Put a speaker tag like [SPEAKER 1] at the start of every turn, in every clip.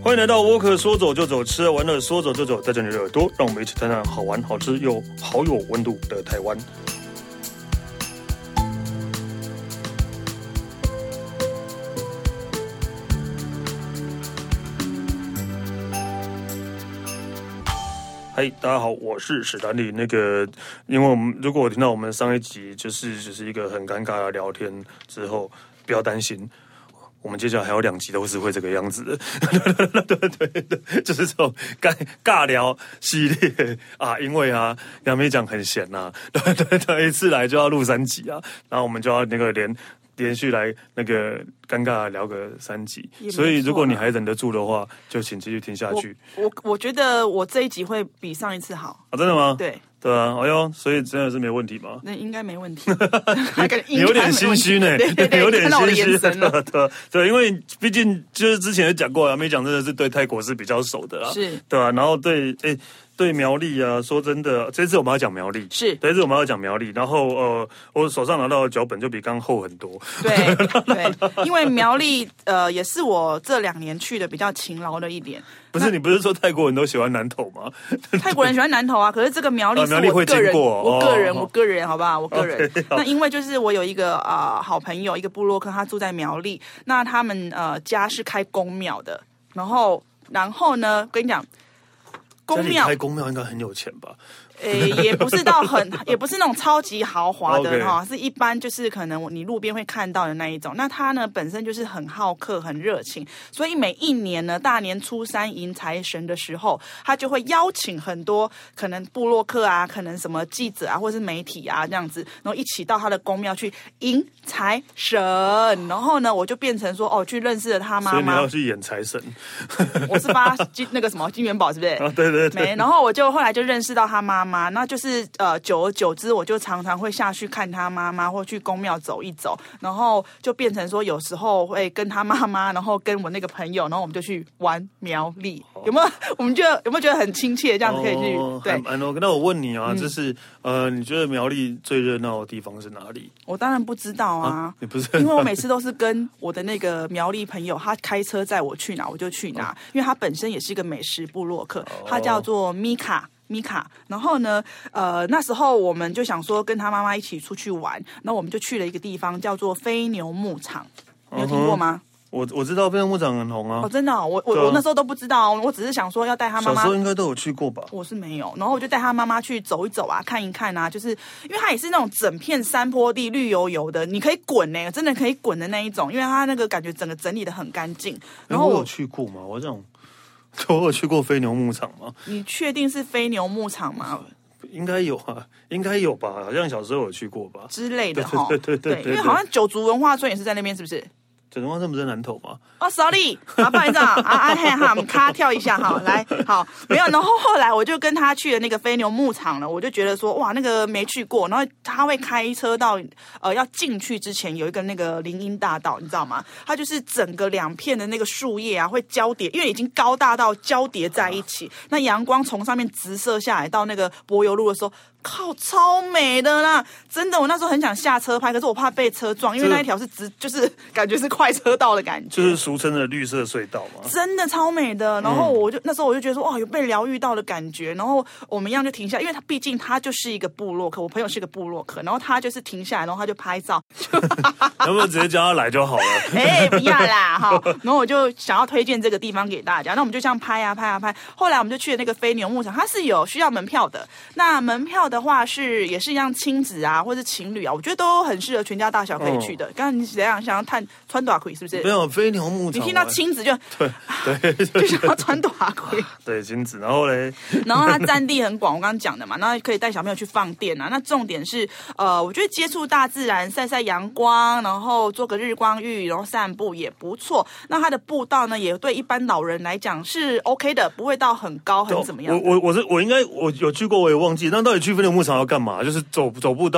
[SPEAKER 1] 欢迎来到沃克，说走就走，吃完了说走就走，带着你的耳朵，让我们一起探探好玩、好吃又好有温度的台湾。嗨，大家好，我是史丹利。因为如果我听到我们上一集就是一个很尴尬的聊天之后，不要担心。我们接下来还有2集都是会这个样子的，对，就是这种尬聊系列啊，因为啊，杨梅讲很闲呐，对，一次来就要录3集啊，然后我们就要连续来尴尬聊个3集，所以如果你还忍得住的话，就请继续听下去。
[SPEAKER 2] 我觉得我这一集会比上一次好
[SPEAKER 1] 啊，真的吗？
[SPEAKER 2] 对
[SPEAKER 1] 啊，哎呦，所以真的是没问题吗？
[SPEAKER 2] 那应该没问题。
[SPEAKER 1] 你有点心虚呢，
[SPEAKER 2] 对，
[SPEAKER 1] 有点心虚对，因为毕竟就是之前也讲过，没讲真的是对泰国是比较熟的啦，
[SPEAKER 2] 是，
[SPEAKER 1] 对啊，然后对苗栗啊，说真的，这次我们要讲苗栗，
[SPEAKER 2] 是，
[SPEAKER 1] 这次我们要讲苗栗，然后我手上拿到的脚本就比刚厚很多，
[SPEAKER 2] 对，因为苗栗也是我这2年去的比较勤劳的一点。
[SPEAKER 1] 不是，你不是说泰国人都喜欢南投吗？
[SPEAKER 2] 泰国人喜欢南投啊，可是这个苗栗是我个人，好不好？我个人。Okay, 那因为就是我有一个好朋友，一个部落客，他住在苗栗，那他们家是开公庙的，然后呢，跟你讲，公庙
[SPEAKER 1] 开公庙应该很有钱吧？
[SPEAKER 2] 也不是也不是那种超级豪华的哈，是一般就是可能你路边会看到的那一种。那他呢本身就是很好客、很热情，所以每一年呢大年初3迎财神的时候，他就会邀请很多可能部落客啊、可能什么记者啊，或是媒体啊这样子，然后一起到他的公庙去迎财神。然后呢，我就变成说去认识了他妈妈。
[SPEAKER 1] 所以你要去演财神？
[SPEAKER 2] 我是发金元宝是不是？
[SPEAKER 1] 啊，对。
[SPEAKER 2] 没，然后我就后来就认识到他妈妈。那就是久而久之，我就常常会下去看他妈妈，或去公庙走一走，然后就变成说有时候会跟他妈妈，然后跟我那个朋友，然后我们就去玩苗栗，有没有？我们有没有觉得很亲切？这样子可以去对。
[SPEAKER 1] 那我问你啊，就是你觉得苗栗最热闹的地方是哪里？
[SPEAKER 2] 我当然不知道啊，
[SPEAKER 1] 你不是？
[SPEAKER 2] 因为我每次都是跟我的那个苗栗朋友，他开车载我去哪我就去哪，因为他本身也是一个美食部落客，他叫做米卡，然后呢，那时候我们就想说跟他妈妈一起出去玩，然后我们就去了一个地方叫做飞牛牧场，你有听过吗？
[SPEAKER 1] 我知道飞牛牧场很红啊。
[SPEAKER 2] 真的我那时候都不知道，我只是想说要带他妈妈。
[SPEAKER 1] 小时候应该都有去过吧？
[SPEAKER 2] 我是没有，然后我就带他妈妈去走一走啊，看一看啊，就是因为它也是那种整片山坡地绿油油的，你可以滚呢，真的可以滚的那一种，因为它那个感觉整个整理的很干净。然后
[SPEAKER 1] 我有去过吗？我有去过飞牛牧场吗？
[SPEAKER 2] 你确定是飞牛牧场吗？
[SPEAKER 1] 应该有啊，应该有吧？好像小时候有去过吧
[SPEAKER 2] 之类的哈。
[SPEAKER 1] 对，
[SPEAKER 2] 因为好像九族文化村也是在那边，是不是？
[SPEAKER 1] 九族文化村不是在南投吗
[SPEAKER 2] ？Sorry， 不好意思我们咔跳一下哈，来，好，没有。然后后来我就跟他去了那个飞牛牧场了，我就觉得说哇，那个没去过，然后他会开车到要进去之前有一个那个林荫大道，你知道吗？它就是整个2片的那个树叶啊会交叠，因为已经高大到交叠在一起，那阳光从上面直射下来到那个柏油路的时候。靠，超美的啦！真的，我那时候很想下车拍，可是我怕被车撞，因为那一条是就是感觉是快车道的感觉，
[SPEAKER 1] 就是俗称的绿色隧道嘛。
[SPEAKER 2] 真的超美的，然后那时候我就觉得说，哇，有被疗愈到的感觉。然后我们一样就停下，因为毕竟他就是一个部落客，我朋友是个部落客，然后他就是停下来，然后他就拍照。
[SPEAKER 1] 能不能直接叫他来就好了？
[SPEAKER 2] 不要啦，哈。然后我就想要推荐这个地方给大家，那我们就这样拍啊拍啊拍。后来我们就去了那个飞牛牧场，它是有需要门票的。那门票的话也是一样亲子啊，或是情侣啊，我觉得都很适合全家大小可以去的。刚刚你怎样想要穿短裤是不是？
[SPEAKER 1] 没有飞牛牧场，
[SPEAKER 2] 你听到亲子就
[SPEAKER 1] 对，
[SPEAKER 2] 就想要穿短裤。
[SPEAKER 1] 对，亲子，然后嘞，
[SPEAKER 2] 然后它占地很广，我刚刚讲的嘛，然后可以带小朋友去放电啊。那重点是我觉得接触大自然，晒晒阳光，然后做个日光浴，然后散步也不错。那它的步道呢，也对一般老人来讲是 OK 的，不会到很高怎么样。
[SPEAKER 1] 我有去过，我也忘记。那到底去飞牛牧场要干嘛？就是走步道，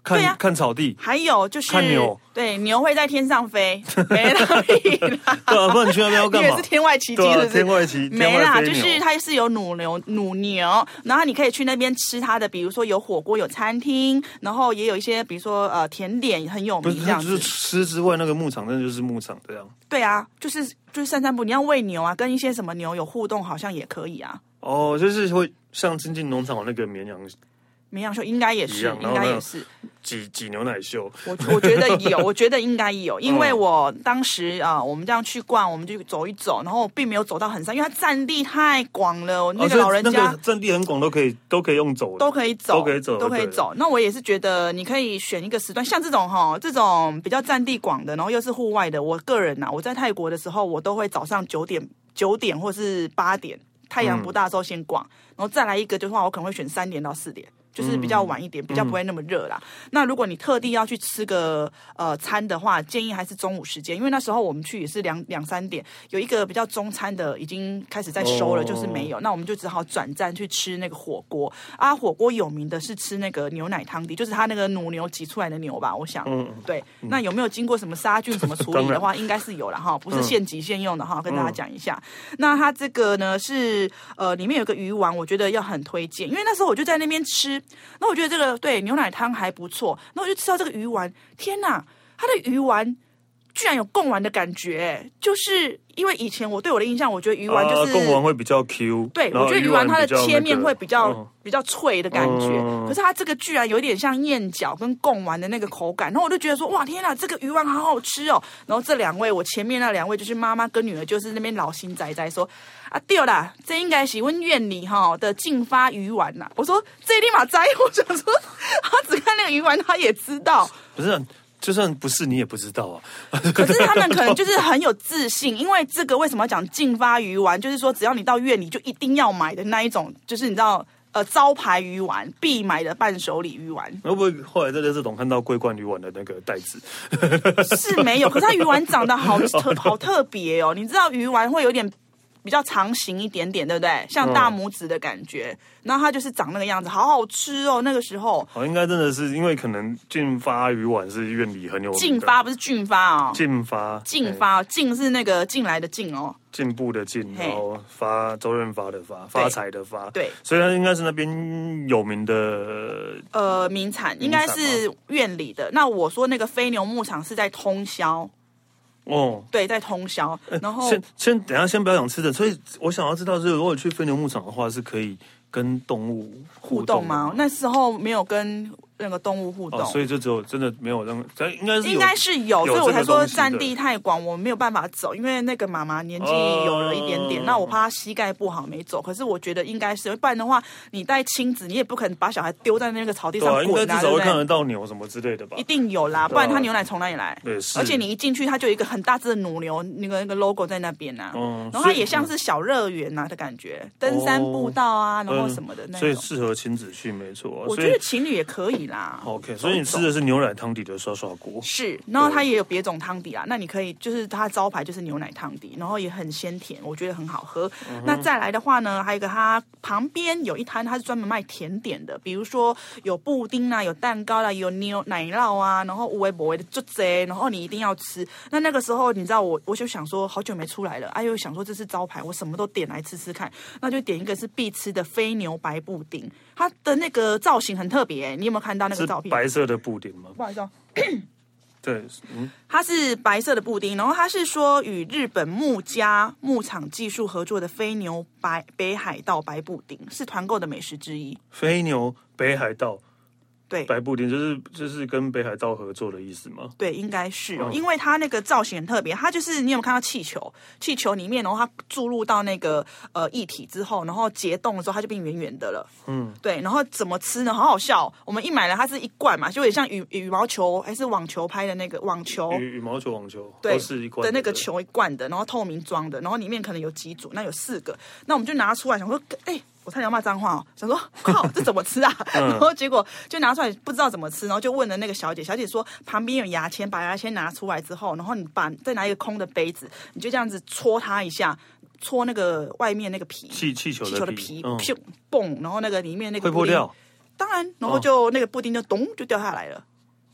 [SPEAKER 1] 看、
[SPEAKER 2] 对啊
[SPEAKER 1] 看草地，
[SPEAKER 2] 还有就是
[SPEAKER 1] 看牛，
[SPEAKER 2] 对，牛会在天上飞，没啦，屁啦
[SPEAKER 1] 对啊，不然你去那边要干嘛？
[SPEAKER 2] 以为是天外奇迹，
[SPEAKER 1] 对啊，
[SPEAKER 2] 是不是？
[SPEAKER 1] 天外奇，
[SPEAKER 2] 没啦，就
[SPEAKER 1] 天外飞牛
[SPEAKER 2] 是它是有乳牛，然后你可以去那边吃它的，比如说有火锅、有餐厅，然后也有一些比如说甜点很有
[SPEAKER 1] 不是，
[SPEAKER 2] 名这样子。
[SPEAKER 1] 它就是吃之外，那个牧场真的就是牧场这样。
[SPEAKER 2] 对啊，就是散散步，你要喂牛啊，跟一些什么牛有互动，好像也可以啊。
[SPEAKER 1] 哦，就是会像亲近农场有那个绵
[SPEAKER 2] 羊秀应该也
[SPEAKER 1] 一
[SPEAKER 2] 是，
[SPEAKER 1] 样，
[SPEAKER 2] 应该也是。
[SPEAKER 1] 挤牛奶秀。
[SPEAKER 2] 我觉得有，我觉得应该有，因为我当时我们这样去逛，我们就走一走，然后并没有走到很山，因为它占地太广了。那个老人家、
[SPEAKER 1] 那个占地很广，都可以用走的，
[SPEAKER 2] 都可以走，
[SPEAKER 1] 都可以走。
[SPEAKER 2] 那我也是觉得你可以选一个时段，像这种比较占地广的，然后又是户外的。我个人我在泰国的时候，我都会早上9点或是8点，太阳不大的时候先逛，然后再来一个的话，我可能会选3点到4点。就是比较晚一点，比较不会那么热啦。那如果你特地要去吃个餐的话，建议还是中午时间，因为那时候我们去也是2、3点，有一个比较中餐的已经开始在收了，就是没有。那我们就只好转站去吃那个火锅啊。火锅有名的是吃那个牛奶汤底，就是它那个乳牛挤出来的牛吧，我想。对。那有没有经过什么杀菌、什么处理的话，应该是有了哈，不是现挤现用的哈，跟大家讲一下。那它这个呢是里面有个鱼丸，我觉得要很推荐，因为那时候我就在那边吃。那我觉得这个对牛奶汤还不错，那我就吃到这个鱼丸，天哪，它的鱼丸居然有贡丸的感觉，就是因为以前我对我的印象，我觉得鱼丸就是
[SPEAKER 1] 贡丸会比较 Q，
[SPEAKER 2] 对，我觉得鱼丸它的切面会比较脆的感觉，可是它这个居然有点像燕饺跟贡丸的那个口感，然后我就觉得说哇天哪，这个鱼丸好好吃哦。然后这2位，我前面那2位就是妈妈跟女儿，就是那边老心仔仔说啊对啦，这应该是我们院里的进发鱼丸呐。我说这立马摘，我想说他只看那个鱼丸，他也知道，
[SPEAKER 1] 不是。就算不是你也不知道啊，
[SPEAKER 2] 可是他们可能就是很有自信，因为这个为什么要讲进发鱼丸，就是说只要你到院里就一定要买的那一种，就是你知道招牌鱼丸必买的伴手礼鱼丸。
[SPEAKER 1] 会不会后来在这种看到桂冠鱼丸的那个袋子？
[SPEAKER 2] 是没有，可是它鱼丸长得好特别哦，你知道鱼丸会有点比较长形一点点，对不对？像大拇指的感觉，然后它就是长那个样子，好好吃哦。那个时候，
[SPEAKER 1] 应该真的是因为可能进发鱼丸是院里很有名的。
[SPEAKER 2] 进发不是菌发哦，进发是那个进来的进哦，
[SPEAKER 1] 进步的进，然后周润发的发，发财的发，
[SPEAKER 2] 对，
[SPEAKER 1] 所以它应该是那边有名的
[SPEAKER 2] 名产，应该是院里的。那我说那个飞牛牧场是在通宵。对，在通宵，然后
[SPEAKER 1] 先等一下，先不要讲吃的，所以我想要知道是，如果去飞牛牧场的话，是可以跟动物互动吗？
[SPEAKER 2] 那时候没有跟那个动物互动，
[SPEAKER 1] 所以就只有真的没有让，应
[SPEAKER 2] 该是有，所以我才说占地太广，我没有办法走，因为那个妈妈年纪有了一点点，那我怕她膝盖不好没走。可是我觉得应该是，不然的话，你带亲子，你也不可能把小孩丢在那个草地上滚
[SPEAKER 1] 应该至少会看得到牛什么之类的吧？
[SPEAKER 2] 一定有啦，不然它牛奶从哪里来？
[SPEAKER 1] 对，
[SPEAKER 2] 而且你一进去，它就有一个很大只的乳牛，那个 logo 在那边呐，然后它也像是小乐园呐的感觉，登山步道啊，然后什么的那种，
[SPEAKER 1] 所以适合亲子去，没错。
[SPEAKER 2] 我觉得情侣也可以啦。
[SPEAKER 1] OK。所以你吃的是牛奶汤底的刷刷锅，
[SPEAKER 2] 是，然后它也有别种汤底啦。那你可以就是它招牌就是牛奶汤底，然后也很鲜甜，我觉得很好喝。那再来的话呢，还有一个它旁边有一摊，它是专门卖甜点的，比如说有布丁啦，有蛋糕啦，有牛奶酪啊，然后无微不微的就这，然后你一定要吃。那个时候你知道我就想说好久没出来了，又想说这是招牌，我什么都点来吃吃看，那就点一个是必吃的飞牛白布丁，它的那个造型很特别，你有没有看到那个照片？
[SPEAKER 1] 白色的布丁吗？
[SPEAKER 2] 不好意思哦。
[SPEAKER 1] 对，
[SPEAKER 2] 它是白色的布丁，然后它是说与日本牧场技术合作的飞牛北海道白布丁，是团购的美食之一。
[SPEAKER 1] 飞牛北海道。
[SPEAKER 2] 对，
[SPEAKER 1] 白布丁就是跟北海道合作的意思吗？
[SPEAKER 2] 对，应该是因为它那个造型很特别，它就是你有没有看到气球里面，然后它注入到那个液体之后，然后结冻的时候它就变圆圆的了。对，然后怎么吃呢？好好笑，我们一买了它是一罐嘛，就有点像羽毛球还是网球拍的那个网球，
[SPEAKER 1] 羽毛球网球
[SPEAKER 2] 对，
[SPEAKER 1] 都是一罐
[SPEAKER 2] 的那个球一罐的，然后透明装的，然后里面可能有几组，那有4个，那我们就拿出来想说，我差点要骂脏话哦，想说靠，这怎么吃啊？然后结果就拿出来不知道怎么吃，然后就问了那个小姐，小姐说旁边有牙签，把牙签拿出来之后，然后你再拿一个空的杯子，你就这样子戳它一下，戳那个外面那个皮，气球的皮，砰，然后那个里面那个
[SPEAKER 1] 会破掉，
[SPEAKER 2] 当然，然后就那个布丁就咚就掉下来了。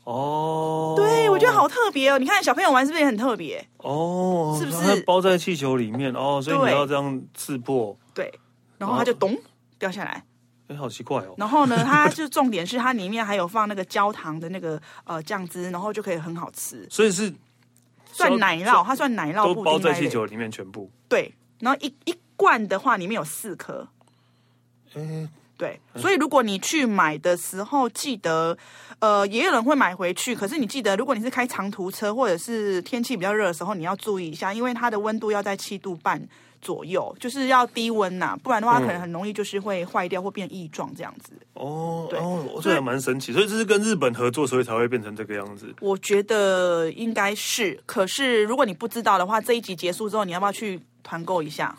[SPEAKER 1] 哦，
[SPEAKER 2] 对，我觉得好特别哦。你看小朋友玩是不是也很特别？
[SPEAKER 1] 哦，
[SPEAKER 2] 是不是
[SPEAKER 1] 它包在气球里面哦？所以你要这样刺破。
[SPEAKER 2] 对，然后它就咚掉下来。
[SPEAKER 1] 哎，好奇怪哦。
[SPEAKER 2] 然后呢，它就重点是它里面还有放那个焦糖的那个酱汁，然后就可以很好吃。
[SPEAKER 1] 所以是
[SPEAKER 2] 算奶酪，它算奶酪布丁，
[SPEAKER 1] 都包在气球里面全部。
[SPEAKER 2] 对，然后一罐的话里面有4颗。对，所以如果你去买的时候，记得，也有人会买回去。可是你记得，如果你是开长途车或者是天气比较热的时候，你要注意一下，因为它的温度要在7度半左右，就是要低温呐，不然的话可能很容易就是会坏掉或变异状这样子。
[SPEAKER 1] 哦，对，这还蛮神奇，所以这是跟日本合作，所以才会变成这个样子。
[SPEAKER 2] 我觉得应该是，可是如果你不知道的话，这一集结束之后，你要不要去团购一下？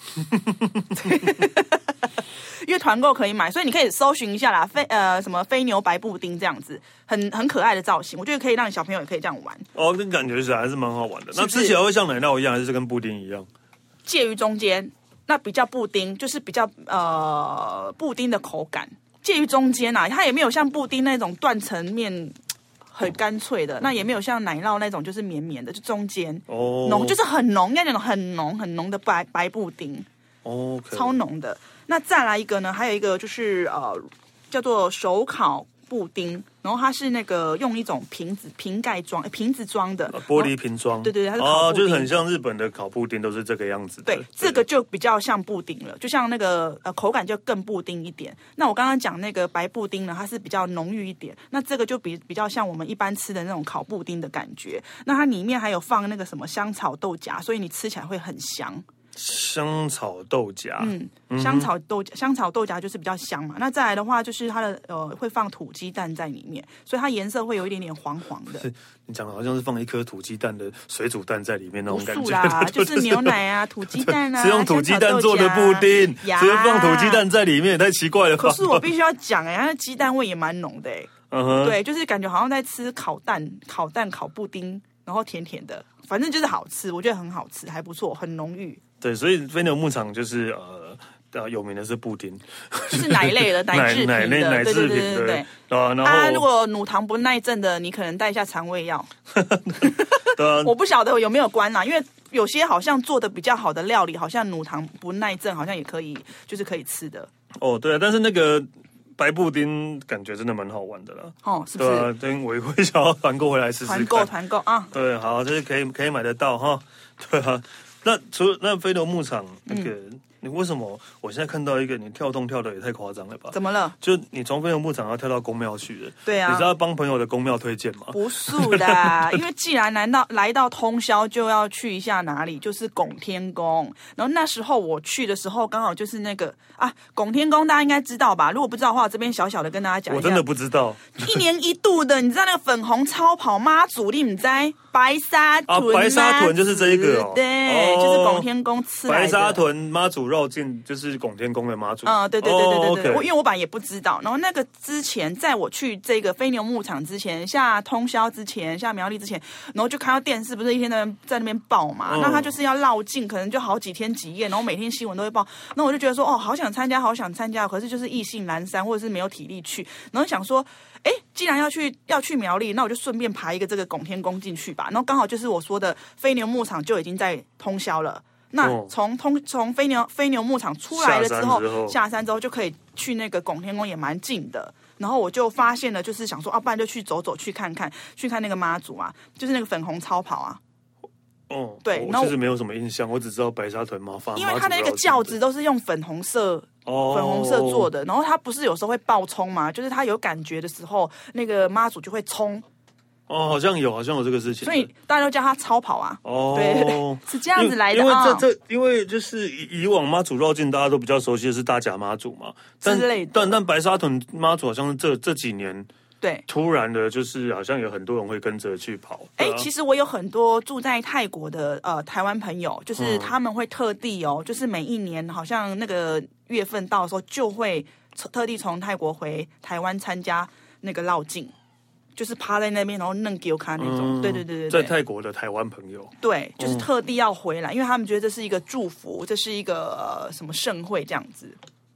[SPEAKER 2] 因为团购可以买，所以你可以搜寻一下啦，什么飞牛白布丁这样子，很可爱的造型，我觉得可以让小朋友也可以这样玩。
[SPEAKER 1] 哦，这感觉是还是蛮好玩的。
[SPEAKER 2] 是不是
[SPEAKER 1] 那吃起来会像奶酪一样，还是跟布丁一样？
[SPEAKER 2] 介于中间，那比较布丁，就是比较布丁的口感，介于中间啊，它也没有像布丁那种断层面很干脆的，那也没有像奶酪那种就是绵绵的，就中间浓，就是很浓，应该那种很浓的白布丁。
[SPEAKER 1] OK，
[SPEAKER 2] 超浓的。那再来一个呢，还有一个就是叫做手烤布丁，然后它是那个用一种瓶子装的
[SPEAKER 1] 玻璃瓶装，
[SPEAKER 2] 对，它是烤布丁，
[SPEAKER 1] 就是很像日本的烤布丁都是这个样子的。
[SPEAKER 2] 对，这个就比较像布丁了，就像那个口感就更布丁一点。那我刚刚讲那个白布丁呢，它是比较浓郁一点，那这个就比较像我们一般吃的那种烤布丁的感觉。那它里面还有放那个什么香草豆荚，所以你吃起来会很香。
[SPEAKER 1] 香草豆荚，
[SPEAKER 2] 香草豆荚就是比较香嘛。那再来的话，就是它的会放土鸡蛋在里面，所以它颜色会有一点点黄黄的。
[SPEAKER 1] 你讲的好像是放一颗土鸡蛋的水煮蛋在里面那种感觉。
[SPEAKER 2] 不是啦，就是牛奶啊、土鸡蛋啊，
[SPEAKER 1] 是用土鸡蛋做的布丁，只是放土鸡蛋在里面，太奇怪了吧？
[SPEAKER 2] 可是我必须要讲它的鸡蛋味也蛮浓的对，就是感觉好像在吃烤布丁，然后甜甜的，反正就是好吃，我觉得很好吃，还不错，很浓郁。
[SPEAKER 1] 对，所以飞牛牧场就是有名的是布丁，
[SPEAKER 2] 就是奶类的奶制品的，对。
[SPEAKER 1] 然后
[SPEAKER 2] 如果乳糖不耐症的，你可能带一下肠胃药。
[SPEAKER 1] 对啊，
[SPEAKER 2] 我不晓得有没有关啦，因为有些好像做的比较好的料理，好像乳糖不耐症好像也可以，就是可以吃的。
[SPEAKER 1] 哦，对啊，但是那个白布丁感觉真的蛮好玩的啦。
[SPEAKER 2] 是不是？
[SPEAKER 1] 对啊，等我会想要团购回来试试看。
[SPEAKER 2] 团购啊！
[SPEAKER 1] 对，好，这是可以买得到哈。对啊。那除了那飞牛牧场那个，你为什么我现在看到一个你跳动跳的也太夸张了吧？
[SPEAKER 2] 怎么了？
[SPEAKER 1] 就你从飞牛牧场要跳到宫庙去了？
[SPEAKER 2] 对啊，
[SPEAKER 1] 你是要帮朋友的宫庙推荐吗？
[SPEAKER 2] 不是的，因为既然来到通宵，就要去一下哪里，就是拱天宫。然后那时候我去的时候，刚好就是那个拱天宫，大家应该知道吧？如果不知道的话，这边小小的跟大家讲一下。
[SPEAKER 1] 我真的不知道
[SPEAKER 2] ，1年1度的，你知道那个粉红超跑妈祖，你们在白沙屯？
[SPEAKER 1] 白沙屯就是这一个哦，
[SPEAKER 2] 对，就是拱天宫吃来的。
[SPEAKER 1] 白沙屯妈祖绕境就是拱天宫的妈祖。
[SPEAKER 2] 对，因为我本来也不知道。然后那个之前，在我去这个飞牛牧场之前，下通宵之前，下苗栗之前，然后就看到电视，不是一天在那边报嘛？那他就是要绕境，可能就好几天几夜，然后每天新闻都会报。那我就觉得说，好想参加，可是就是意兴阑珊，或者是没有体力去。然后想说，既然要去苗栗，那我就顺便排一个这个拱天宫进去吧。然后刚好就是我说的飞牛牧场就已经在通宵了。那从飞牛牧场出来了之后，下山之后就可以去那个拱天宫，也蛮近的。然后我就发现了，就是想说不然就去走走，去看那个妈祖啊，就是那个粉红超跑啊。对，
[SPEAKER 1] 我其实没有什么印象，我只知道白沙屯妈祖，
[SPEAKER 2] 因为它的那个轿子都是用粉红色做的，然后它不是有时候会爆冲嘛，就是它有感觉的时候，那个妈祖就会冲。
[SPEAKER 1] 好像有这个事情，
[SPEAKER 2] 所以大家都叫它超跑啊。对，是这样子来的。
[SPEAKER 1] 因为就是以往妈祖绕境，大家都比较熟悉的是大甲妈祖嘛，
[SPEAKER 2] 之类的。
[SPEAKER 1] 但白沙屯妈祖好像是这几年。
[SPEAKER 2] 对，
[SPEAKER 1] 突然的，就是好像有很多人会跟着去跑。
[SPEAKER 2] 其实我有很多住在泰国的台湾朋友，就是他们会特地就是每一年好像那个月份到的时候，就会特地从泰国回台湾参加那个绕境，就是趴在那边然后弄给我看那种。对，
[SPEAKER 1] 在泰国的台湾朋友，
[SPEAKER 2] 对，就是特地要回来，因为他们觉得这是一个祝福，这是一个什么盛会这样子。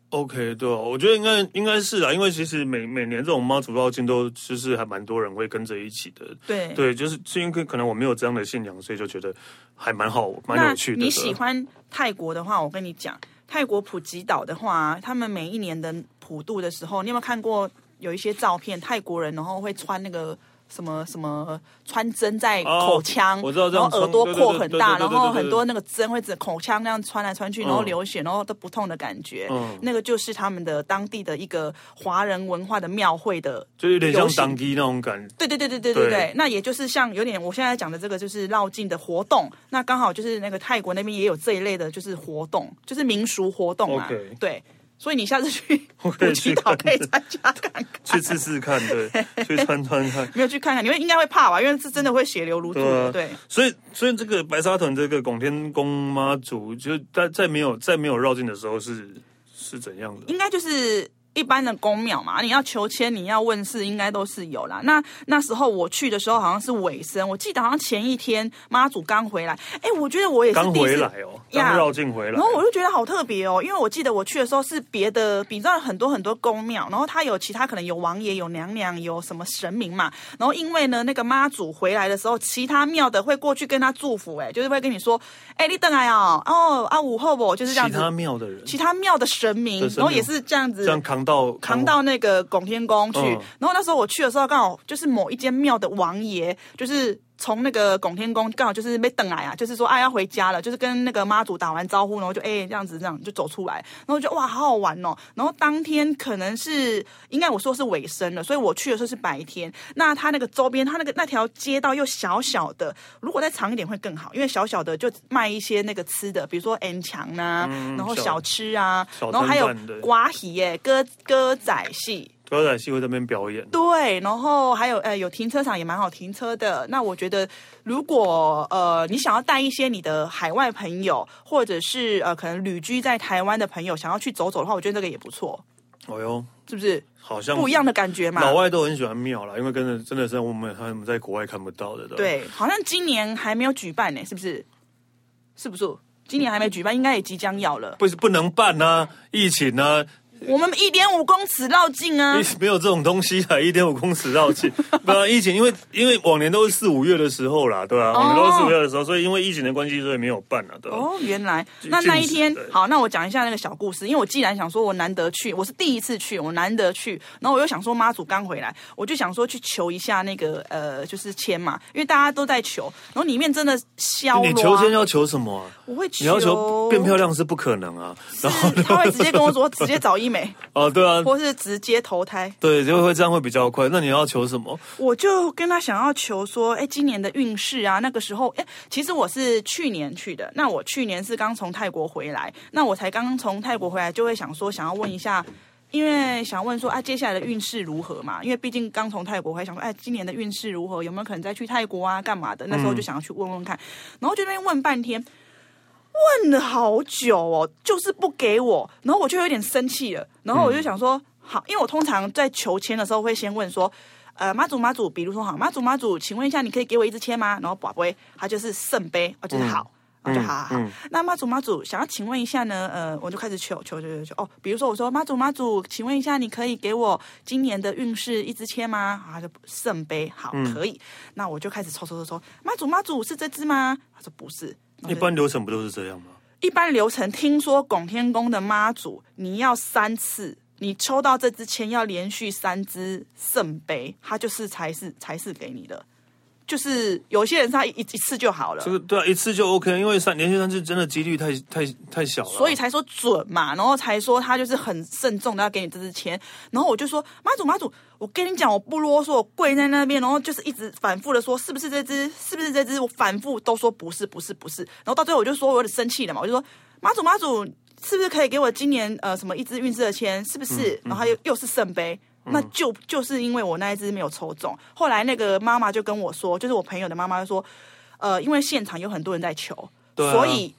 [SPEAKER 1] OK， 对啊，我觉得应该是啊，因为其实每年这种妈祖绕境都就是还蛮多人会跟着一起的。对，就是因为可能我没有这样的信仰，所以就觉得还蛮好，蛮有趣的。
[SPEAKER 2] 你喜欢泰国的话，我跟你讲，泰国普吉岛的话，他们每一年的普渡的时候，你有没有看过有一些照片？泰国人然后会穿那个什么穿针在口腔，
[SPEAKER 1] 我知道这样，
[SPEAKER 2] 然后耳朵扩很大，然后很多那个针会口腔那样穿来穿去，然后流血，然后都不痛的感觉。那个就是他们的当地的一个华人文化的庙会的，
[SPEAKER 1] 就有点像当地那种感觉。
[SPEAKER 2] 对，那也就是像有点我现在讲的这个就是绕境的活动，那刚好就是那个泰国那边也有这一类的，就是活动，就是民俗活动嘛。
[SPEAKER 1] Okay.
[SPEAKER 2] 对。所以你下次去普吉岛可以参加看看，
[SPEAKER 1] 去试试看，对，去穿看。
[SPEAKER 2] 没有去看看，你应该会怕吧？因为是真的会血流如注的，对。
[SPEAKER 1] 所以这个白沙屯这个拱天宫妈祖，就在没有绕境的时候是怎样的？
[SPEAKER 2] 应该就是一般的宫庙嘛，你要求签，你要问事，应该都是有啦。那时候我去的时候好像是尾声，我记得好像前一天妈祖刚回来，我觉得我也是
[SPEAKER 1] 刚回来哦，刚绕境回来，
[SPEAKER 2] 然后我就觉得好特别哦，因为我记得我去的时候是别的，比较很多宫庙，然后它有其他可能有王爷、有娘娘、有什么神明嘛，然后因为呢那个妈祖回来的时候，其他庙的会过去跟他祝福，就是会跟你说，你等来午后不就是这样子，其他庙的神明，然后也是这样子，
[SPEAKER 1] 这样扛
[SPEAKER 2] 到那个拱天宫去，然后那时候我去的时候，刚好就是某一间庙的王爷，就是从那个拱天宫刚好就是被等来啊，就是说要回家了，就是跟那个妈祖打完招呼，然后就这样就走出来，然后就哇好好玩哦。然后当天可能是应该我说是尾声了，所以我去的时候是白天。那他那个周边，他那条街道又小小的，如果再长一点会更好，因为小小的就卖一些那个吃的，比如说强啊，然后小吃啊，然后还有瓜皮歌仔戏。
[SPEAKER 1] 歌仔戏会在那边表演，
[SPEAKER 2] 对，然后还有有停车场也蛮好停车的。那我觉得，如果你想要带一些你的海外朋友，或者是可能旅居在台湾的朋友，想要去走走的话，我觉得这个也不错。
[SPEAKER 1] 哦哟，
[SPEAKER 2] 是不是？
[SPEAKER 1] 好像
[SPEAKER 2] 不一样的感觉嘛。
[SPEAKER 1] 老外都很喜欢庙啦，因为真的是他们在国外看不到的。
[SPEAKER 2] 对，好像今年还没有举办呢，是不是？是不是？今年还没举办，应该也即将要了。
[SPEAKER 1] 不能办啊，疫情啊。
[SPEAKER 2] 我们1.5公尺绕境啊，
[SPEAKER 1] 没有这种东西啊，1.5公尺绕境。不然疫情，因为往年都是4、5月的时候啦，对吧？往年都是4、5月的时候，所以因为疫情的关系，所以没有办啊，对吧？
[SPEAKER 2] 原来那一天好，那我讲一下那个小故事。因为我既然想说我难得去，我是第一次去，我难得去，然后我又想说妈祖刚回来，我就想说去求一下那个就是签嘛，因为大家都在求，然后里面真的消了。
[SPEAKER 1] 你求签要求什么啊？
[SPEAKER 2] 我会求，
[SPEAKER 1] 你要求变漂亮是不可能啊。
[SPEAKER 2] 然后他会直接跟我说，直接找医美
[SPEAKER 1] 哦，对啊，
[SPEAKER 2] 或是直接投胎，
[SPEAKER 1] 对，就会这样会比较快。那你要求什么？
[SPEAKER 2] 我就跟他想要求说，今年的运势啊，那个时候，其实我是去年去的，那我去年是刚从泰国回来，那我才刚从泰国回来，就会想要问一下。因为想问说接下来的运势如何嘛？因为毕竟刚从泰国回来，想说今年的运势如何？有没有可能再去泰国啊？干嘛的？那时候就想要去问问看，然后就那边问半天，问了好久哦，就是不给我，然后我就有点生气了，然后我就想说，好，因为我通常在求签的时候会先问说，妈祖，比如说好，妈祖，请问一下，你可以给我一支签吗？然后宝贝，他就是圣杯，就是好。就好。那妈祖，想要请问一下呢，我就开始求哦，比如说我说妈祖，请问一下，你可以给我今年的运势一支签吗？他就圣杯，好，可以。那我就开始抽，妈祖是这支吗？他说不是。
[SPEAKER 1] 一般流程不都是这样吗？
[SPEAKER 2] 一般流程听说拱天宫的妈祖，你要3次，你抽到这支签要连续3支圣杯，他就是才是给你的。就是有些人他一次就好了，
[SPEAKER 1] 这个对啊，一次就 OK， 因为连续3次真的几率太小了，
[SPEAKER 2] 所以才说准嘛，然后才说他就是很慎重的要给你这支签，然后我就说妈祖，我跟你讲，我不啰嗦，我跪在那边，然后就是一直反复的说是不是这支，我反复都说不是，然后到最后我就说我有点生气了嘛，我就说妈祖，是不是可以给我今年什么一支运势的签，是不是？然后又是圣杯。那就是因为我那一支没有抽中，后来那个妈妈就跟我说，就是我朋友的妈妈说，因为现场有很多人在求，所以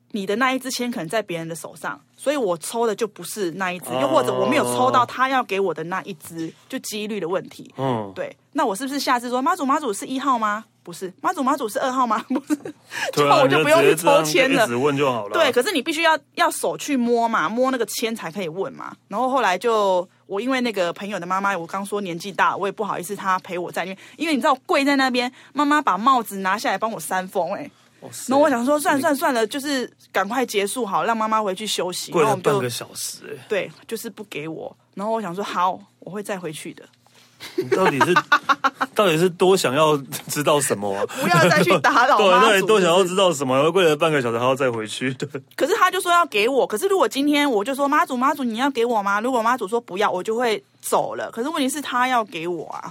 [SPEAKER 2] 你的那一支签可能在别人的手上，所以我抽的就不是那一支，又或者我没有抽到他要给我的那一支，就几率的问题。对，那我是不是下次说妈祖是1号吗？不是，妈祖是2号吗？不是，
[SPEAKER 1] 对啊，
[SPEAKER 2] 我就不用去抽签了，
[SPEAKER 1] 一直问就好了。
[SPEAKER 2] 对，可是你必须要手去摸嘛，摸那个签才可以问嘛。然后后来我因为那个朋友的妈妈，我刚说年纪大，我也不好意思她陪我在那边，因为你知道我跪在那边，妈妈把帽子拿下来帮我扇风然后我想说算了，就是赶快结束好，让妈妈回去休息。
[SPEAKER 1] 跪了半个小时
[SPEAKER 2] 对，就是不给我。然后我想说好，我会再回去的。
[SPEAKER 1] 你到底是多想要知道什么啊？
[SPEAKER 2] 不要再去打扰妈祖。
[SPEAKER 1] 对，到底多想要知道什么？跪了半个小时还要再回去。对。
[SPEAKER 2] 可是他就说要给我，可是如果今天我就说妈祖你要给我吗？如果妈祖说不要，我就会走了。可是问题是他要给我啊。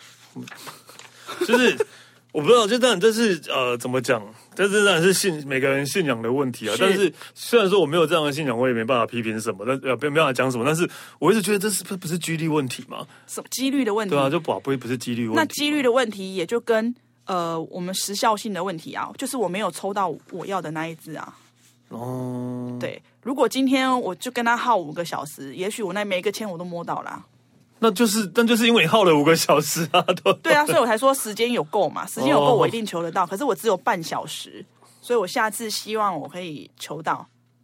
[SPEAKER 1] 就是我不知道，就当然这是怎么讲？这当然是每个人信仰的问题啊。但是虽然说我没有这样的信仰，我也没办法批评什么，但没办法讲什么。但是我一直觉得这不是几率问题吗？
[SPEAKER 2] 什么几率的问题？
[SPEAKER 1] 对啊，就不是几率问题。
[SPEAKER 2] 那几率的问题也就跟我们时效性的问题啊，就是我没有抽到我要的那一支啊。对，如果今天我就跟他耗5个小时，也许我那每一个签我都摸到啦。
[SPEAKER 1] 那就是因为你耗了5个小时啊，
[SPEAKER 2] 对啊，所以我才说时间有够嘛，时间有够我一定求得到，可是我只有半小时，所以我下次希望我可以求到。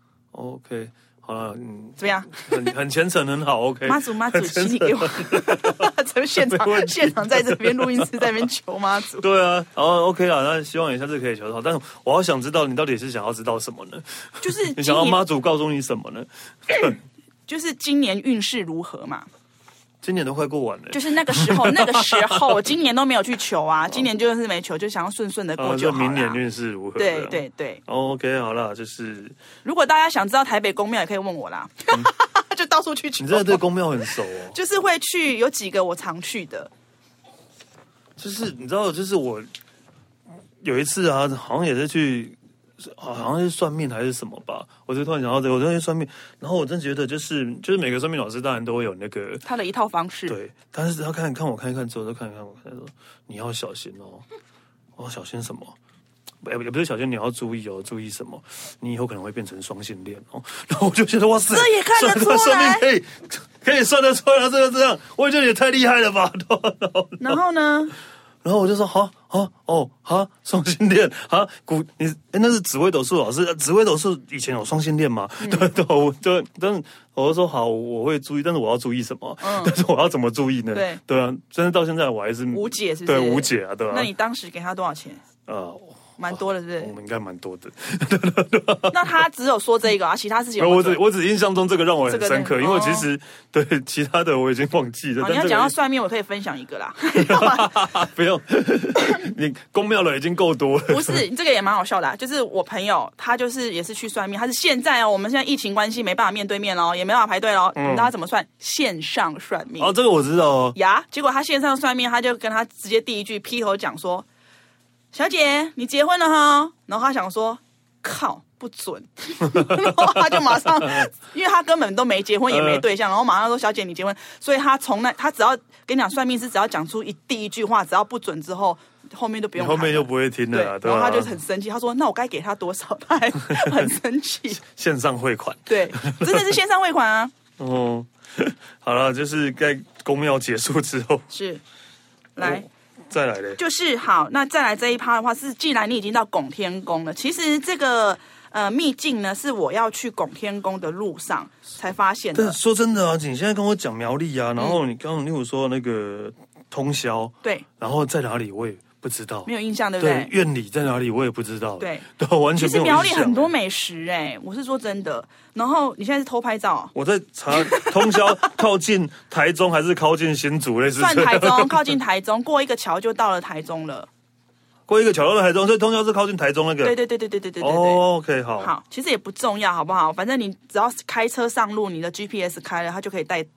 [SPEAKER 1] OK， 好了，
[SPEAKER 2] 怎么样？
[SPEAKER 1] 很虔诚，很好。OK，
[SPEAKER 2] 妈祖，请你给我，现场在这边录音室在那边求妈祖。
[SPEAKER 1] 对啊，然后 OK 啦，那希望你下次可以求到，但是我好想知道你到底是想要知道什么呢？
[SPEAKER 2] 就是
[SPEAKER 1] 你想要妈祖告诉你什么呢？
[SPEAKER 2] 就是今年运势如何嘛。
[SPEAKER 1] 今年都快过完了，
[SPEAKER 2] 就是那个时候，我今年都没有去求啊，今年就是没求，就想要顺顺的过就好了。
[SPEAKER 1] 明年运势如何？
[SPEAKER 2] 对。
[SPEAKER 1] OK， 好啦，就是
[SPEAKER 2] 如果大家想知道台北公庙，也可以问我啦，就到处去求。
[SPEAKER 1] 你真的对公庙很熟哦？
[SPEAKER 2] 就是会去，有几个我常去的。
[SPEAKER 1] 就是你知道，就是我有一次啊，好像也是去。好像是算命还是什么吧，我就突然想到这个，我真的算命，然后我真觉得就是每个算命老师当然都会有那个
[SPEAKER 2] 他的一套方式，
[SPEAKER 1] 对，但是他看我看一看之后，就看一看我看说你要小心哦，我要小心什么？也不是小心，你要注意哦，注意什么？你以后可能会变成双性恋哦。然后我就觉得哇塞，
[SPEAKER 2] 这也看得出来，
[SPEAKER 1] 算命可以算得出来，这样，我觉得也太厉害了吧。
[SPEAKER 2] 然后呢？
[SPEAKER 1] 然后我就说双性恋那是紫微斗数老师，紫微斗数以前有双性恋吗？对，但我就说好，我会注意，但是我要注意什么？但是我要怎么注意呢？对啊，真的到现在我还是
[SPEAKER 2] 无解，是不是？
[SPEAKER 1] 对，无解啊，对吧？
[SPEAKER 2] 那你当时给他多少钱？蛮多的，是不是？
[SPEAKER 1] 我们应该蛮多的。
[SPEAKER 2] 那他只有说这一个啊，其他事情
[SPEAKER 1] 我只印象中这个让我很深刻，因为其实对其他的我已经忘记了。
[SPEAKER 2] 你要讲到算命，我可以分享一个啦。
[SPEAKER 1] 不用，你公庙的已经够多了。
[SPEAKER 2] 不是，这个也蛮好笑的，就是我朋友他就是也是去算命，他是现在我们现在疫情关系没办法面对面哦，也没办法排队哦。你知道他怎么算？线上算命。
[SPEAKER 1] 这个我知道哦。
[SPEAKER 2] 结果他线上算命，他就跟他直接第一句劈头讲说。小姐，你结婚了哈？然后他想说，靠，不准。然后他就马上，因为他根本都没结婚，也没对象，然后马上说，小姐你结婚。所以他他只要跟你讲，算命师只要讲出第一句话，只要不准之后，后面就不用。
[SPEAKER 1] 后面就不会听了。
[SPEAKER 2] 对，然后他就很生气，他说，那我该给他多少？他还很生气。
[SPEAKER 1] 线上汇款。对，
[SPEAKER 2] 真的是线上汇款啊。
[SPEAKER 1] 好了，就是在公庙结束之后，
[SPEAKER 2] 是来。
[SPEAKER 1] 再来嘞，
[SPEAKER 2] 就是好，那再来这一趴的话是，既然你已经到拱天宫了，其实这个秘境呢是我要去拱天宫的路上才发现的。
[SPEAKER 1] 但说真的啊，你现在跟我讲苗栗啊，然后你刚刚例如说那个通霄，
[SPEAKER 2] 对，
[SPEAKER 1] 然后在哪里我也不知道，
[SPEAKER 2] 没有印象，对不对？
[SPEAKER 1] 院里在哪里我也不知道，
[SPEAKER 2] 对，
[SPEAKER 1] 完全没有印象。
[SPEAKER 2] 其实苗栗很多美食我是说真的。然后你现在是偷拍照？
[SPEAKER 1] 我在查通霄靠近台中还是靠近新竹类似？
[SPEAKER 2] 算台中，靠近台中，过一个桥就到了台中了。
[SPEAKER 1] 过一个桥到了台中，所以通霄是靠近台中那个。
[SPEAKER 2] 对。
[SPEAKER 1] OK， 好。
[SPEAKER 2] 好，其实也不重要，好不好？反正你只要开车上路，你的 GPS 开了，它就可以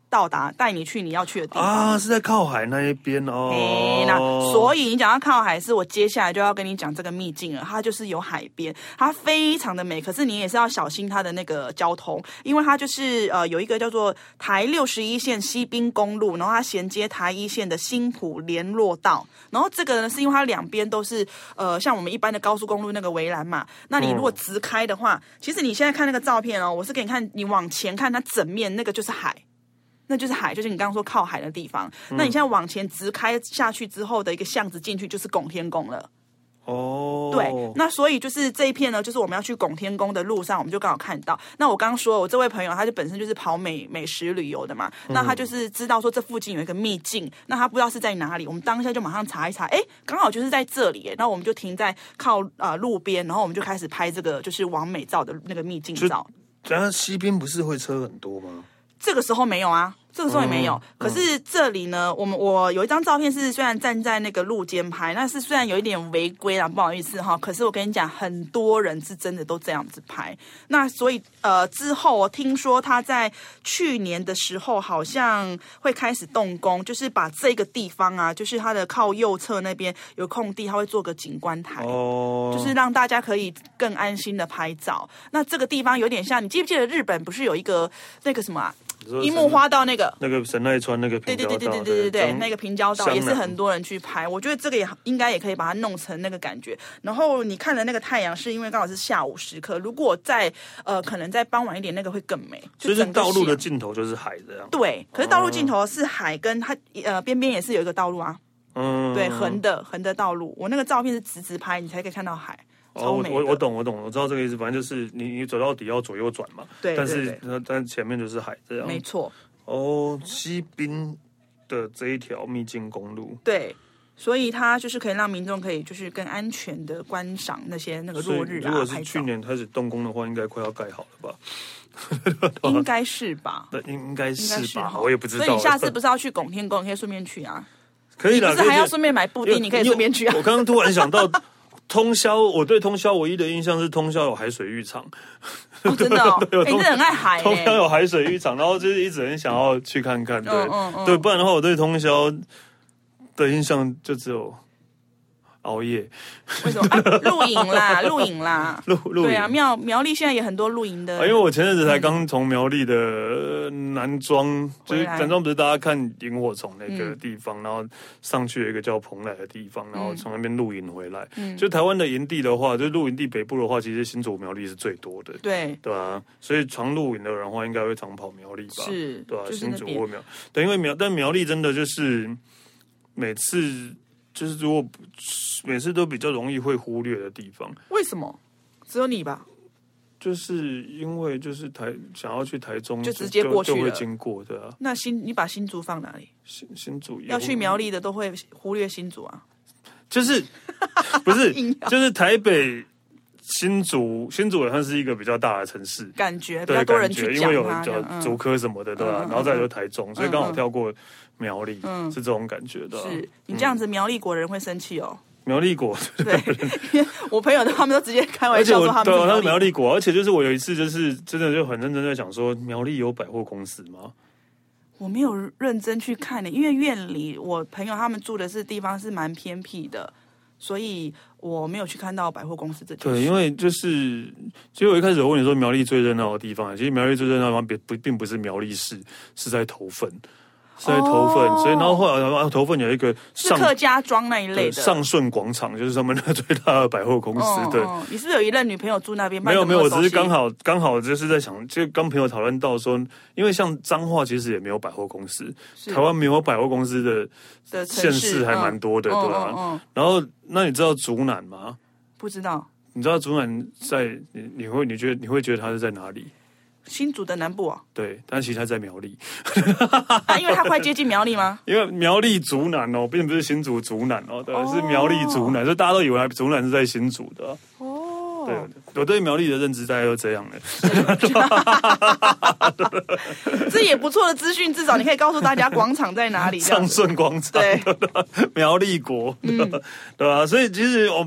[SPEAKER 2] 到达带你去你要去的地方
[SPEAKER 1] 啊，是在靠海那一边哦。
[SPEAKER 2] 那所以你讲到靠海，是我接下来就要跟你讲这个秘境了。它就是有海边，它非常的美，可是你也是要小心它的那个交通，因为它就是有一个叫做台61线西滨公路，然后它衔接台1线的新埔联络道。然后这个呢，是因为它两边都是像我们一般的高速公路那个围栏嘛。那你如果直开的话，其实你现在看那个照片哦，我是给你看，你往前看，它整面那个就是海。那就是海，就是你刚刚说靠海的地方。那你现在往前直开下去之后的一个巷子进去，就是拱天宫了。
[SPEAKER 1] 哦，
[SPEAKER 2] 对，那所以就是这一片呢，就是我们要去拱天宫的路上，我们就刚好看到。那我刚刚说，我这位朋友他就本身就是跑美食旅游的嘛，那他就是知道说这附近有一个秘境，那他不知道是在哪里，我们当下就马上查一查，哎，刚好就是在这里，然后我们就停在靠路边，然后我们就开始拍这个就是完美照的那个秘境照。
[SPEAKER 1] 然后西滨不是会车很多吗？
[SPEAKER 2] 这个时候没有啊，这个时候也没有。可是这里呢，我有一张照片是虽然站在那个路肩拍，那是虽然有一点违规啦，不好意思哈。可是我跟你讲，很多人是真的都这样子拍。那所以之后我听说他在去年的时候好像会开始动工，就是把这个地方啊，就是它的靠右侧那边有空地，他会做个景观台，就是让大家可以更安心的拍照。那这个地方有点像，你记不记得日本不是有一个那个什么樱木花道那个
[SPEAKER 1] 神奈川那个平交道，
[SPEAKER 2] 对，那个平交道也是很多人去拍。我觉得这个也应该也可以把它弄成那个感觉。然后你看的那个太阳是因为刚好是下午时刻，如果在可能再傍晚一点，那个会更美。
[SPEAKER 1] 所以是道路的尽头就是海这样。
[SPEAKER 2] 对，可是道路尽头是海，跟它边边也是有一个道路啊。对，横的道路。我那个照片是直拍，你才可以看到海。
[SPEAKER 1] 我懂，我知道这个意思。反正就是你走到底要左右转嘛，
[SPEAKER 2] 对，
[SPEAKER 1] 但前面就是海这样，
[SPEAKER 2] 没错。
[SPEAKER 1] 西滨的这一条秘境公路，
[SPEAKER 2] 对，所以它就是可以让民众可以就是更安全的观赏那个落日啊。
[SPEAKER 1] 如果是去年开始动工的话，应该快要盖好了吧？
[SPEAKER 2] 应该是吧？
[SPEAKER 1] 应该是吧？我也不知道。
[SPEAKER 2] 所以你下次不是要去拱天宫，可以顺便去啊？
[SPEAKER 1] 可以啦，
[SPEAKER 2] 不是还要顺便买布丁？你可以顺便去啊。
[SPEAKER 1] 我刚刚突然想到。通宵，我对通宵唯一的印象是通宵有海水浴场，
[SPEAKER 2] 真的哦，你真的很爱海。
[SPEAKER 1] 通宵有海水浴场，然后就是一直很想要去看看，对，不然的话，我对通宵的印象就只有熬夜。
[SPEAKER 2] 为什么？露营啦，露营啦，对啊，苗栗现在也很多露营的。
[SPEAKER 1] 因为我前阵子才刚从苗栗的南庄，就是南庄不是大家看萤火虫那个地方，然后上去有一个叫蓬莱的地方，然后从那边露营回来。就台湾的营地的话，就露营地北部的话，其实新竹苗栗是最多的，对吧？所以常露营的人的话，应该会常跑苗栗吧？
[SPEAKER 2] 是，
[SPEAKER 1] 对吧？
[SPEAKER 2] 就是
[SPEAKER 1] 新竹或苗，对，因为但苗栗真的就是每次。就是如果每次都比较容易会忽略的地方，
[SPEAKER 2] 为什么？只有你吧？
[SPEAKER 1] 就是因为就是想要去台中，
[SPEAKER 2] 就直接过去了，
[SPEAKER 1] 就会经过的啊。
[SPEAKER 2] 那你把新竹放哪里？
[SPEAKER 1] 新竹
[SPEAKER 2] 要去苗栗的都会忽略新竹啊？
[SPEAKER 1] 就是不是就是台北。新竹也算是一个比较大的城市，
[SPEAKER 2] 感觉比较多人去讲，
[SPEAKER 1] 因为有竹科什么的，对吧？然后再有台中，所以刚好跳过苗栗，是这种感觉的。
[SPEAKER 2] 是你这样子，苗栗国人会生气哦。
[SPEAKER 1] 苗栗国，
[SPEAKER 2] 对，因为我朋友他们都直接开玩笑说他们
[SPEAKER 1] 是苗栗国，而且就是我有一次就是真的就很认真在讲说，苗栗有百货公司吗？
[SPEAKER 2] 我没有认真去看的，因为院里我朋友他们住的地方是蛮偏僻的。所以我没有去看到百货公司这件事。
[SPEAKER 1] 对，因为其实我一开始我问你说苗栗最热闹的地方，其实苗栗最热闹的地方并不是苗栗市，是在头份。所以然后后来头份有一个
[SPEAKER 2] 是客家庄那一类的
[SPEAKER 1] 上顺广场，就是他们那最大的百货公司。对，
[SPEAKER 2] 你是不是有一任女朋友住那边？
[SPEAKER 1] 没有，我只是刚好就是在想，就跟朋友讨论到说，因为像彰化其实也没有百货公司，台湾没有百货公司的县市还蛮多的，对吧？然后那你知道竹南吗？
[SPEAKER 2] 不知道。
[SPEAKER 1] 你知道竹南在你会觉得它是在哪里？
[SPEAKER 2] 新竹的南部啊，
[SPEAKER 1] 对，但其实它在苗栗。
[SPEAKER 2] 因为它快接近苗栗吗？
[SPEAKER 1] 因为苗栗竹南哦，并不是新竹竹南哦，对，是苗栗竹南，所以大家都以为竹南是在新竹的。哦，对，我对苗栗的认知大概都这样的。
[SPEAKER 2] 这也不错的资讯，至少你可以告诉大家广场在哪里。
[SPEAKER 1] 上顺广场，对，苗栗国，对吧？所以其实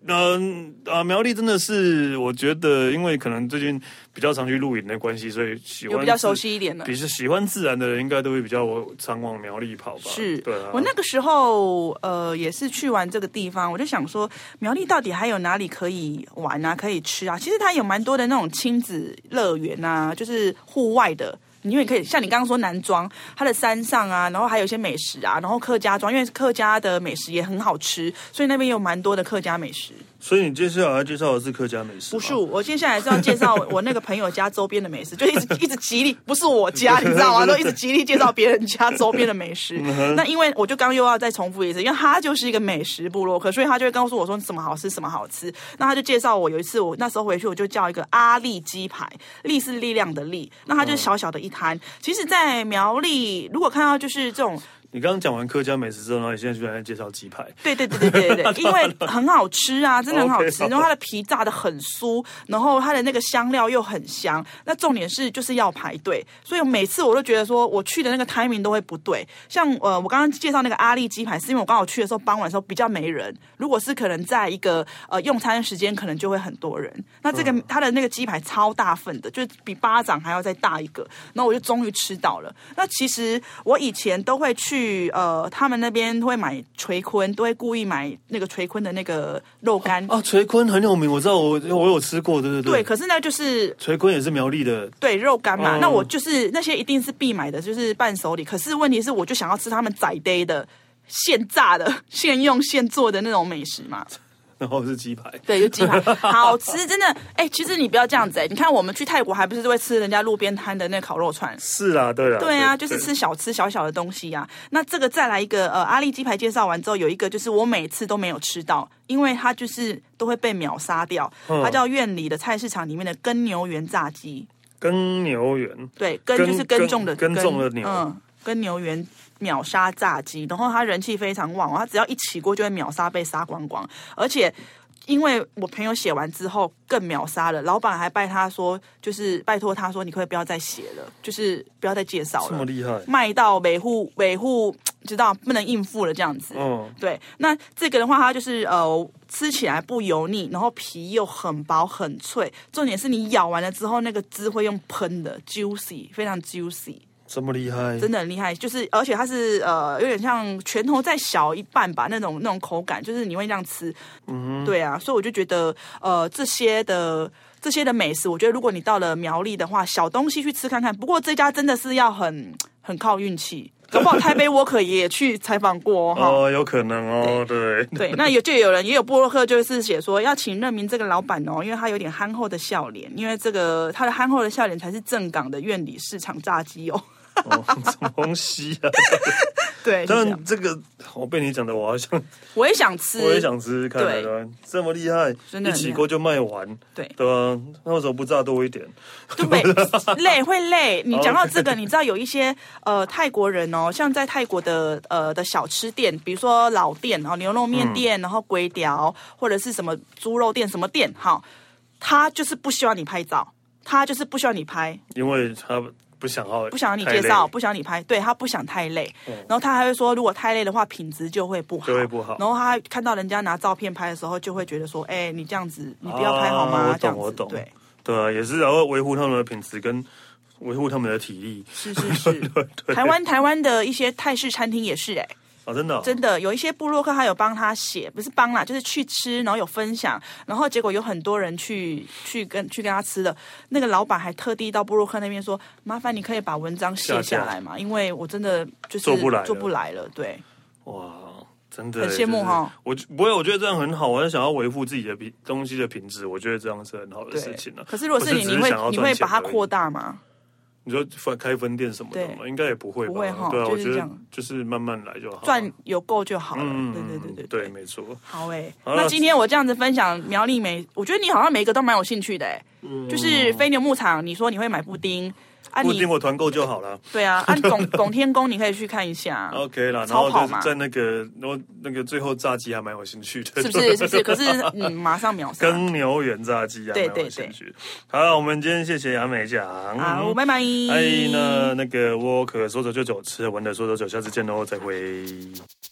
[SPEAKER 1] 苗栗真的是，我觉得因为可能最近比较常去露营的关系，所以
[SPEAKER 2] 有比较熟悉一点的，
[SPEAKER 1] 比较喜欢自然的人，应该都会比较常往苗栗跑吧。
[SPEAKER 2] 是，
[SPEAKER 1] 对啊。
[SPEAKER 2] 我那个时候也是去完这个地方，我就想说，苗栗到底还有哪里可以玩啊，可以吃啊？其实它有蛮多的那种亲子乐园啊，就是户外的。因为可以像你刚刚说南庄，它的山上啊，然后还有一些美食啊，然后客家庄，因为客家的美食也很好吃，所以那边有蛮多的客家美食。
[SPEAKER 1] 所以你接下来要介绍的是客家美食？
[SPEAKER 2] 不是，我接下来是要介绍我那个朋友家周边的美食，就一直极力，不是我家，你知道吗？都一直极力介绍别人家周边的美食。那因为我就刚又要再重复一次，因为他就是一个美食部落客，所以他就会告诉我说什么好吃，什么好吃。那他就介绍我，有一次我那时候回去，我就叫一个阿力鸡排，力是力量的力，那它就是小小的一摊。其实，在苗栗，如果看到就是这种。
[SPEAKER 1] 你刚刚讲完客家美食之后，然后你现在居然在介绍鸡排？
[SPEAKER 2] 对，因为很好吃啊，真的很好吃。然后它的皮炸得很酥，然后它的那个香料又很香。那重点是就是要排队，所以每次我都觉得说我去的那个 timing 都会不对。像我刚刚介绍那个阿力鸡排，是因为我刚好去的时候傍晚的时候比较没人。如果是可能在一个用餐时间，可能就会很多人。那这个它的那个鸡排超大份的，就是比巴掌还要再大一个。然后我就终于吃到了。那其实我以前都会去。他们那边会买垂坤，都会故意买那个垂坤的那个肉干。
[SPEAKER 1] 垂坤很有名，我知道，我有吃过，对。
[SPEAKER 2] 对，可是呢，就是
[SPEAKER 1] 垂坤也是苗栗的，
[SPEAKER 2] 对，肉干嘛。那我就是那些一定是必买的，就是伴手礼。可是问题是，我就想要吃他们宰day的现炸的、现用现做的那种美食嘛。
[SPEAKER 1] 然后是鸡排，
[SPEAKER 2] 对，就鸡排，好吃，真的。其实你不要这样子你看我们去泰国还不是都会吃人家路边摊的那烤肉串？
[SPEAKER 1] 是啦，对啦，
[SPEAKER 2] 对啊，就是吃小小的东西啊。那这个再来一个阿力鸡排介绍完之后，有一个就是我每次都没有吃到，因为它就是都会被秒杀掉。它叫苑里的菜市场里面的耕牛园炸鸡。
[SPEAKER 1] 耕牛园，
[SPEAKER 2] 对，耕就是耕种的
[SPEAKER 1] 牛，
[SPEAKER 2] 耕牛园。秒杀炸鸡，然后它人气非常旺，它只要一起锅就会秒杀，被杀光光。而且因为我朋友写完之后更秒杀了，老板还拜他说，就是拜托他说，你可不可以不要再写了，就是不要再介绍了，
[SPEAKER 1] 这么厉害，
[SPEAKER 2] 卖到每户知道不能应付了这样子。对，那这个的话，它就是吃起来不油腻，然后皮又很薄很脆，重点是你咬完了之后，那个汁会用喷的 juicy， 非常 juicy。
[SPEAKER 1] 这么厉害，
[SPEAKER 2] 真的很厉害，就是而且它是有点像拳头再小一半吧，那种口感，就是你会这样吃。对啊，所以我就觉得这些的美食，我觉得如果你到了苗栗的话，小东西去吃看看。不过这家真的是要很靠运气。搞不好台北Walker也去采访过
[SPEAKER 1] 有可能对，
[SPEAKER 2] 那有人也有部落客就是写说要请认明这个老板因为他有点憨厚的笑脸，因为这个他的憨厚的笑脸才是正港的苑里市场炸鸡
[SPEAKER 1] 什么东西啊？
[SPEAKER 2] 对，
[SPEAKER 1] 但这个我被你讲的，我好像
[SPEAKER 2] 我也想吃，
[SPEAKER 1] 看来这么厉害，
[SPEAKER 2] 真的
[SPEAKER 1] 一起锅就卖完，
[SPEAKER 2] 对
[SPEAKER 1] 啊，那为什么不炸多一点？
[SPEAKER 2] 对，会累。你讲到这个，你知道有一些泰国人像在泰国的小吃店，比如说老店牛肉面店，然后粿条或者是什么猪肉店什么店，他就是不希望你拍照，他就是不希望你拍，
[SPEAKER 1] 因为他不想要
[SPEAKER 2] 你介绍，不想你拍，对，他不想太累。然后他还会说，如果太累的话，品质就会不好。然后他看到人家拿照片拍的时候，就会觉得说，你这样子，你不要拍好吗？
[SPEAKER 1] 我懂。对啊，也是然后维护他们的品质跟维护他们的体力。
[SPEAKER 2] 是。台湾的一些泰式餐厅也是真的有一些部落客还有帮他写，不是帮啦，就是去吃，然后有分享，然后结果有很多人去跟他吃的，那个老板还特地到部落客那边说，麻烦你可以把文章写下来嘛，因为我真的就是做不来了，对，
[SPEAKER 1] 哇，真的
[SPEAKER 2] 很羡慕
[SPEAKER 1] 我觉得这样很好，我想要维护自己的东西的品质，我觉得这样是很好的事情
[SPEAKER 2] 可是如果是你会把它扩大吗？
[SPEAKER 1] 你说开分店什么的吗？应该也不会吧？
[SPEAKER 2] 不会
[SPEAKER 1] 对啊，
[SPEAKER 2] 我
[SPEAKER 1] 觉得就是慢慢来就好，
[SPEAKER 2] 赚有够就好了。
[SPEAKER 1] 对，没错。
[SPEAKER 2] 好那今天我这样子分享苗栗我觉得你好像每一个都蛮有兴趣的就是飞牛牧场，你说你会买布丁。
[SPEAKER 1] 布丁我团购就好了。
[SPEAKER 2] 对啊，拱天宫你可以去看一下。
[SPEAKER 1] OK 啦，然后就是在那个最后炸鸡还蛮有兴趣的，
[SPEAKER 2] 是不是？可是马上秒杀。
[SPEAKER 1] 耕牛园炸鸡啊，蛮有兴趣。好，我们今天谢谢杨美讲。
[SPEAKER 2] 好，拜拜。
[SPEAKER 1] 那个我可说走就走，吃完的说走就走，下次见喽，再会。